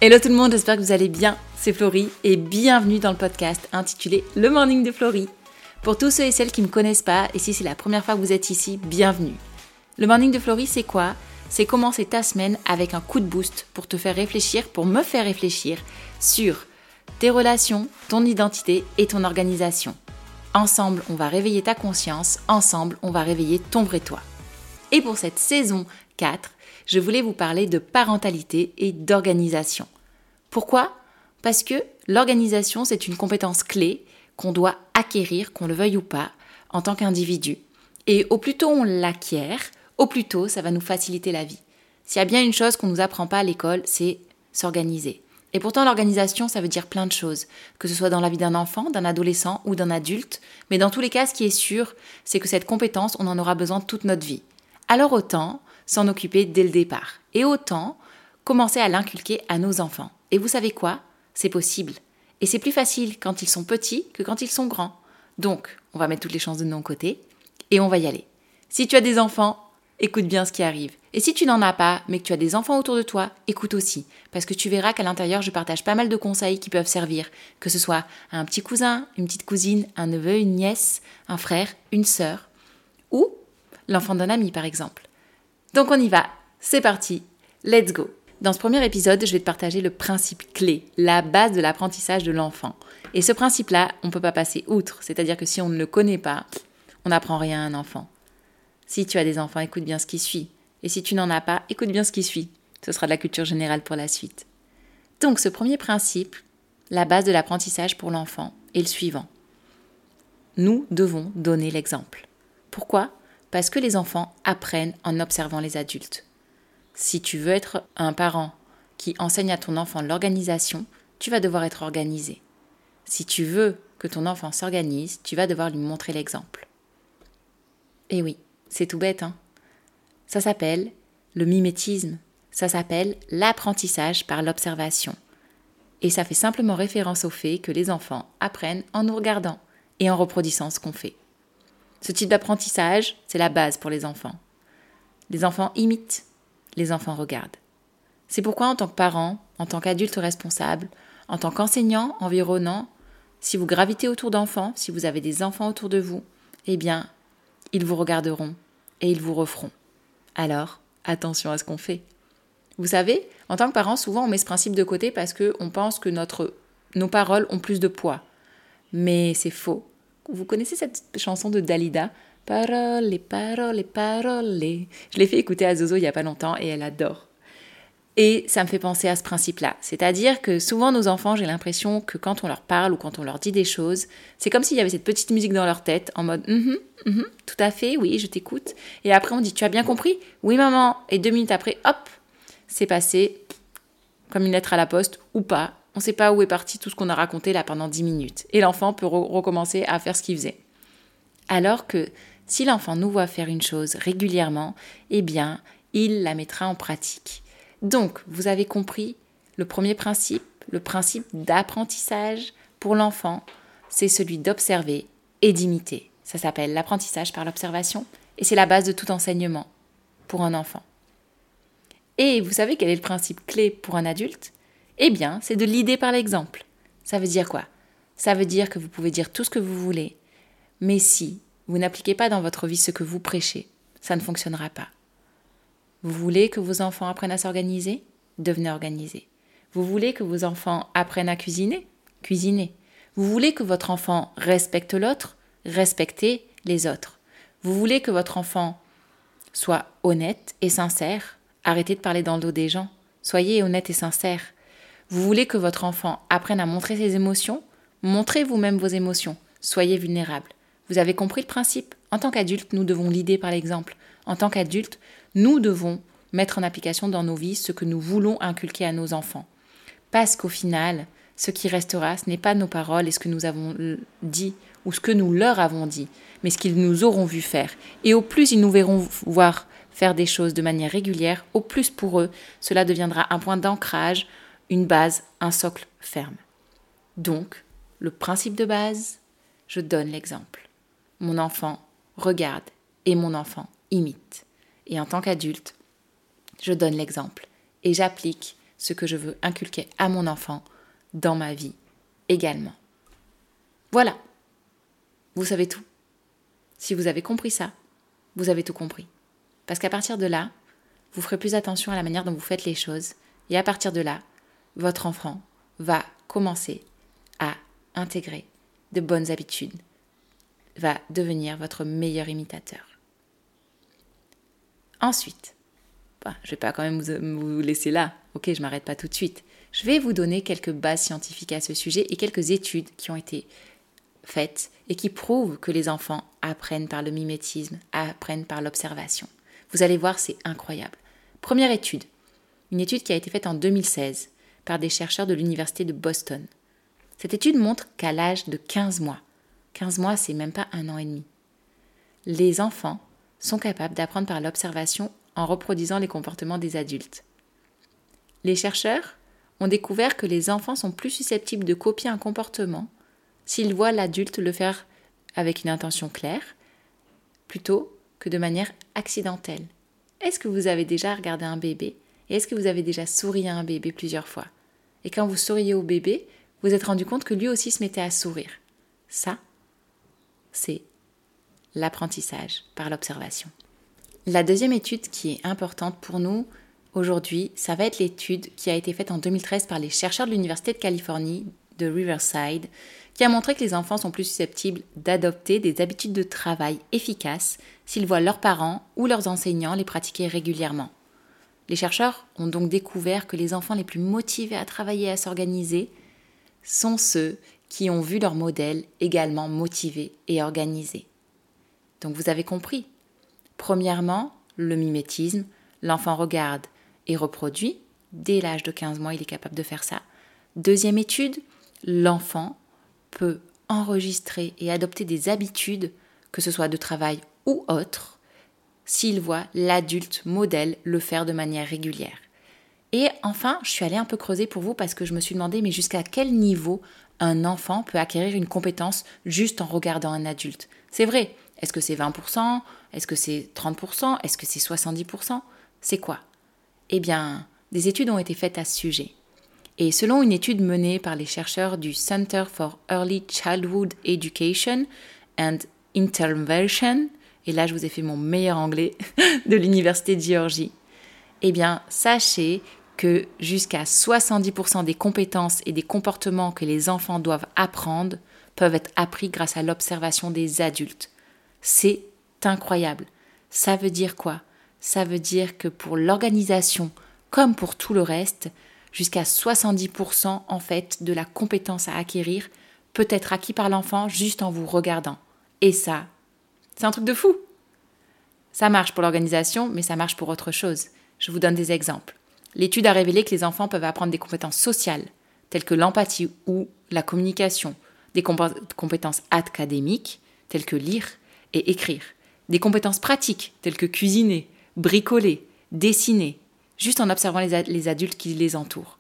Hello tout le monde, j'espère que vous allez bien, c'est Florie et bienvenue dans le podcast intitulé Le Morning de Florie. Pour tous ceux et celles qui ne me connaissent pas, et si c'est la première fois que vous êtes ici, bienvenue. Le Morning de Florie, c'est quoi ? C'est commencer ta semaine avec un coup de boost pour te faire réfléchir, pour me faire réfléchir sur tes relations, ton identité et ton organisation. Ensemble, on va réveiller ta conscience, ensemble, on va réveiller ton vrai toi. Et pour cette saison 4, je voulais vous parler de parentalité et d'organisation. Pourquoi ? Parce que l'organisation, c'est une compétence clé qu'on doit acquérir, qu'on le veuille ou pas, en tant qu'individu. Et au plus tôt on l'acquiert, au plus tôt ça va nous faciliter la vie. S'il y a bien une chose qu'on ne nous apprend pas à l'école, c'est s'organiser. Et pourtant l'organisation, ça veut dire plein de choses, que ce soit dans la vie d'un enfant, d'un adolescent ou d'un adulte. Mais dans tous les cas, ce qui est sûr, c'est que cette compétence, on en aura besoin toute notre vie. Alors autant s'en occuper dès le départ. Et autant commencer à l'inculquer à nos enfants. Et vous savez quoi ? C'est possible. Et c'est plus facile quand ils sont petits que quand ils sont grands. Donc, on va mettre toutes les chances de nos côtés et on va y aller. Si tu as des enfants, écoute bien ce qui arrive. Et si tu n'en as pas, mais que tu as des enfants autour de toi, écoute aussi. Parce que tu verras qu'à l'intérieur, je partage pas mal de conseils qui peuvent servir. Que ce soit à un petit cousin, une petite cousine, un neveu, une nièce, un frère, une sœur. Ou l'enfant d'un ami, par exemple. Donc on y va, c'est parti, let's go. Dans ce premier épisode, je vais te partager le principe clé, la base de l'apprentissage de l'enfant. Et ce principe-là, on ne peut pas passer outre, c'est-à-dire que si on ne le connaît pas, on n'apprend rien à un enfant. Si tu as des enfants, écoute bien ce qui suit. Et si tu n'en as pas, écoute bien ce qui suit. Ce sera de la culture générale pour la suite. Donc ce premier principe, la base de l'apprentissage pour l'enfant, est le suivant. Nous devons donner l'exemple. Pourquoi ? Parce que les enfants apprennent en observant les adultes. Si tu veux être un parent qui enseigne à ton enfant l'organisation, tu vas devoir être organisé. Si tu veux que ton enfant s'organise, tu vas devoir lui montrer l'exemple. Et oui, c'est tout bête, hein ? Ça s'appelle le mimétisme. Ça s'appelle l'apprentissage par l'observation. Et ça fait simplement référence au fait que les enfants apprennent en nous regardant et en reproduisant ce qu'on fait. Ce type d'apprentissage, c'est la base pour les enfants. Les enfants imitent, les enfants regardent. C'est pourquoi en tant que parent, en tant qu'adulte responsable, en tant qu'enseignant environnant, si vous gravitez autour d'enfants, si vous avez des enfants autour de vous, eh bien, ils vous regarderont et ils vous referont. Alors, attention à ce qu'on fait. Vous savez, en tant que parent, souvent on met ce principe de côté parce qu'on pense que nos paroles ont plus de poids. Mais c'est faux. Vous connaissez cette chanson de Dalida ? Parole, parole, parole. Je l'ai fait écouter à Zozo il n'y a pas longtemps et elle adore. Et ça me fait penser à ce principe-là. C'est-à-dire que souvent nos enfants, j'ai l'impression que quand on leur parle ou quand on leur dit des choses, c'est comme s'il y avait cette petite musique dans leur tête en mode tout à fait, oui, je t'écoute. Et après on dit tu as bien compris ? Oui maman. Et 2 minutes après, hop, c'est passé comme une lettre à la poste ou pas. On ne sait pas où est parti tout ce qu'on a raconté là pendant 10 minutes. Et l'enfant peut recommencer à faire ce qu'il faisait. Alors que si l'enfant nous voit faire une chose régulièrement, eh bien, il la mettra en pratique. Donc, vous avez compris, le premier principe, le principe d'apprentissage pour l'enfant, c'est celui d'observer et d'imiter. Ça s'appelle l'apprentissage par l'observation et c'est la base de tout enseignement pour un enfant. Et vous savez quel est le principe clé pour un adulte ? Eh bien, c'est de l'idée par l'exemple. Ça veut dire quoi ? Ça veut dire que vous pouvez dire tout ce que vous voulez, mais si vous n'appliquez pas dans votre vie ce que vous prêchez, ça ne fonctionnera pas. Vous voulez que vos enfants apprennent à s'organiser ? Devenez organisés. Vous voulez que vos enfants apprennent à cuisiner ? Cuisinez. Vous voulez que votre enfant respecte l'autre ? Respectez les autres. Vous voulez que votre enfant soit honnête et sincère ? Arrêtez de parler dans le dos des gens. Soyez honnête et sincère. Vous voulez que votre enfant apprenne à montrer ses émotions ? Montrez vous-même vos émotions. Soyez vulnérable. Vous avez compris le principe ? En tant qu'adulte, nous devons l'idée par l'exemple. En tant qu'adulte, nous devons mettre en application dans nos vies ce que nous voulons inculquer à nos enfants. Parce qu'au final, ce qui restera, ce n'est pas nos paroles et ce que nous avons dit ou ce que nous leur avons dit, mais ce qu'ils nous auront vu faire. Et au plus ils nous verront voir faire des choses de manière régulière, au plus pour eux, cela deviendra un point d'ancrage, une base, un socle ferme. Donc, le principe de base, je donne l'exemple. Mon enfant regarde et mon enfant imite. Et en tant qu'adulte, je donne l'exemple et j'applique ce que je veux inculquer à mon enfant dans ma vie également. Voilà, vous savez tout. Si vous avez compris ça, vous avez tout compris. Parce qu'à partir de là, vous ferez plus attention à la manière dont vous faites les choses. Et à partir de là, votre enfant va commencer à intégrer de bonnes habitudes, va devenir votre meilleur imitateur. Ensuite, je ne vais pas quand même vous laisser là. Ok, je ne m'arrête pas tout de suite. Je vais vous donner quelques bases scientifiques à ce sujet et quelques études qui ont été faites et qui prouvent que les enfants apprennent par le mimétisme, apprennent par l'observation. Vous allez voir, c'est incroyable. Première étude, une étude qui a été faite en 2016 par des chercheurs de l'université de Boston. Cette étude montre qu'à l'âge de 15 mois, 15 mois c'est même pas 1 an et demi, les enfants sont capables d'apprendre par l'observation en reproduisant les comportements des adultes. Les chercheurs ont découvert que les enfants sont plus susceptibles de copier un comportement s'ils voient l'adulte le faire avec une intention claire, plutôt que de manière accidentelle. Est-ce que vous avez déjà regardé un bébé et est-ce que vous avez déjà souri à un bébé plusieurs fois? Et quand vous souriez au bébé, vous vous êtes rendu compte que lui aussi se mettait à sourire. Ça, c'est l'apprentissage par l'observation. La deuxième étude qui est importante pour nous aujourd'hui, ça va être l'étude qui a été faite en 2013 par les chercheurs de l'Université de Californie de Riverside, qui a montré que les enfants sont plus susceptibles d'adopter des habitudes de travail efficaces s'ils voient leurs parents ou leurs enseignants les pratiquer régulièrement. Les chercheurs ont donc découvert que les enfants les plus motivés à travailler et à s'organiser sont ceux qui ont vu leur modèle également motivé et organisé. Donc vous avez compris. Premièrement, le mimétisme, l'enfant regarde et reproduit. Dès l'âge de 15 mois, il est capable de faire ça. Deuxième étude, l'enfant peut enregistrer et adopter des habitudes, que ce soit de travail ou autre, s'il voit l'adulte modèle le faire de manière régulière. Et enfin, je suis allée un peu creuser pour vous parce que je me suis demandé, mais jusqu'à quel niveau un enfant peut acquérir une compétence juste en regardant un adulte? C'est vrai, est-ce que c'est 20%? Est-ce que c'est 30%? Est-ce que c'est 70%? C'est quoi? Eh bien, des études ont été faites à ce sujet. Et selon une étude menée par les chercheurs du Center for Early Childhood Education and Intervention, et là je vous ai fait mon meilleur anglais, de l'Université de Géorgie, eh bien, sachez que jusqu'à 70% des compétences et des comportements que les enfants doivent apprendre peuvent être appris grâce à l'observation des adultes. C'est incroyable. Ça veut dire quoi? Ça veut dire que pour l'organisation, comme pour tout le reste, jusqu'à 70% en fait de la compétence à acquérir peut être acquis par l'enfant juste en vous regardant. Et ça, c'est un truc de fou. Ça marche pour l'organisation, mais ça marche pour autre chose. Je vous donne des exemples. L'étude a révélé que les enfants peuvent apprendre des compétences sociales, telles que l'empathie ou la communication, des compétences académiques, telles que lire et écrire, des compétences pratiques, telles que cuisiner, bricoler, dessiner, juste en observant les adultes qui les entourent.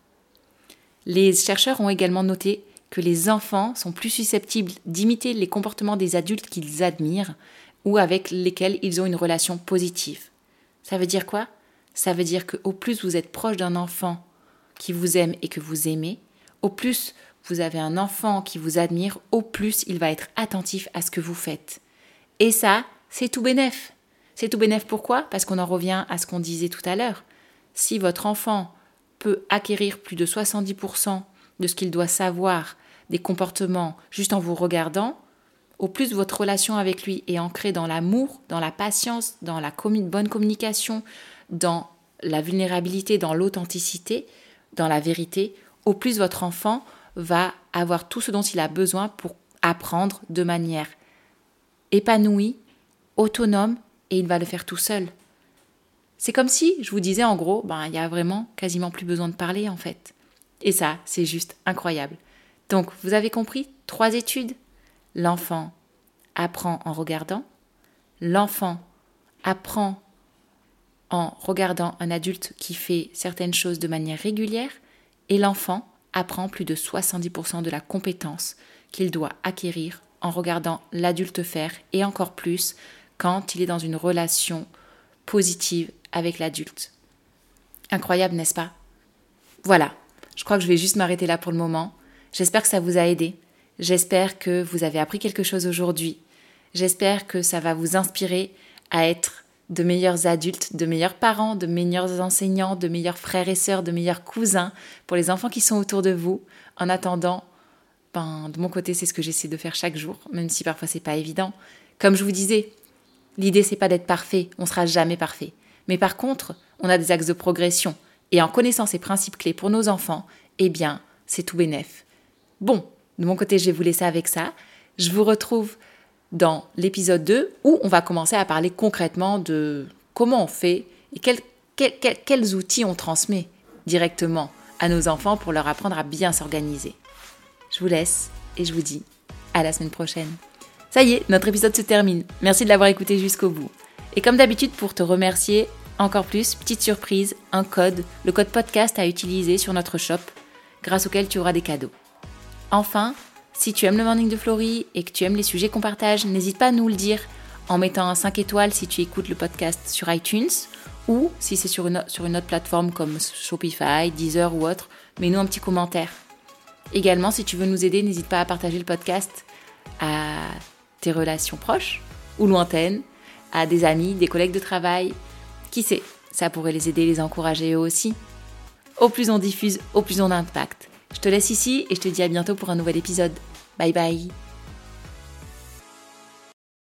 Les chercheurs ont également noté que les enfants sont plus susceptibles d'imiter les comportements des adultes qu'ils admirent ou avec lesquels ils ont une relation positive. Ça veut dire quoi? Ça veut dire qu'au plus vous êtes proche d'un enfant qui vous aime et que vous aimez, au plus vous avez un enfant qui vous admire, au plus il va être attentif à ce que vous faites. Et ça, c'est tout bénef. C'est tout bénef pourquoi? Parce qu'on en revient à ce qu'on disait tout à l'heure. Si votre enfant peut acquérir plus de 70% de ce qu'il doit savoir des comportements juste en vous regardant, au plus votre relation avec lui est ancrée dans l'amour, dans la patience, dans la bonne communication, dans la vulnérabilité, dans l'authenticité, dans la vérité, au plus votre enfant va avoir tout ce dont il a besoin pour apprendre de manière épanouie, autonome, et il va le faire tout seul. C'est comme si, je vous disais en gros, il y a vraiment quasiment plus besoin de parler en fait. Et ça, c'est juste incroyable. Donc, vous avez compris, 3 études. L'enfant apprend en regardant. L'enfant apprend en regardant un adulte qui fait certaines choses de manière régulière. Et l'enfant apprend plus de 70% de la compétence qu'il doit acquérir en regardant l'adulte faire et encore plus quand il est dans une relation positive avec l'adulte. Incroyable, n'est-ce pas? Voilà, je crois que je vais juste m'arrêter là pour le moment. J'espère que ça vous a aidé. J'espère que vous avez appris quelque chose aujourd'hui. J'espère que ça va vous inspirer à être de meilleurs adultes, de meilleurs parents, de meilleurs enseignants, de meilleurs frères et sœurs, de meilleurs cousins pour les enfants qui sont autour de vous. En attendant, de mon côté, c'est ce que j'essaie de faire chaque jour, même si parfois c'est pas évident. Comme je vous disais, l'idée c'est pas d'être parfait, on sera jamais parfait. Mais par contre, on a des axes de progression. Et en connaissant ces principes clés pour nos enfants, eh bien, c'est tout bénef. Bon, de mon côté, je vais vous laisser avec ça. Je vous retrouve dans l'épisode 2 où on va commencer à parler concrètement de comment on fait et quels outils on transmet directement à nos enfants pour leur apprendre à bien s'organiser. Je vous laisse et je vous dis à la semaine prochaine. Ça y est, notre épisode se termine. Merci de l'avoir écouté jusqu'au bout. Et comme d'habitude, pour te remercier encore plus, petite surprise, un code, le code podcast à utiliser sur notre shop, grâce auquel tu auras des cadeaux. Enfin, si tu aimes le Morning de Florie et que tu aimes les sujets qu'on partage, n'hésite pas à nous le dire en mettant un 5 étoiles si tu écoutes le podcast sur iTunes ou si c'est sur une autre plateforme comme Shopify, Deezer ou autre, mets-nous un petit commentaire. Également, si tu veux nous aider, n'hésite pas à partager le podcast à tes relations proches ou lointaines, à des amis, des collègues de travail. Qui sait, ça pourrait les aider, les encourager eux aussi. Au plus on diffuse, au plus on a d'impact. Je te laisse ici et je te dis à bientôt pour un nouvel épisode. Bye bye.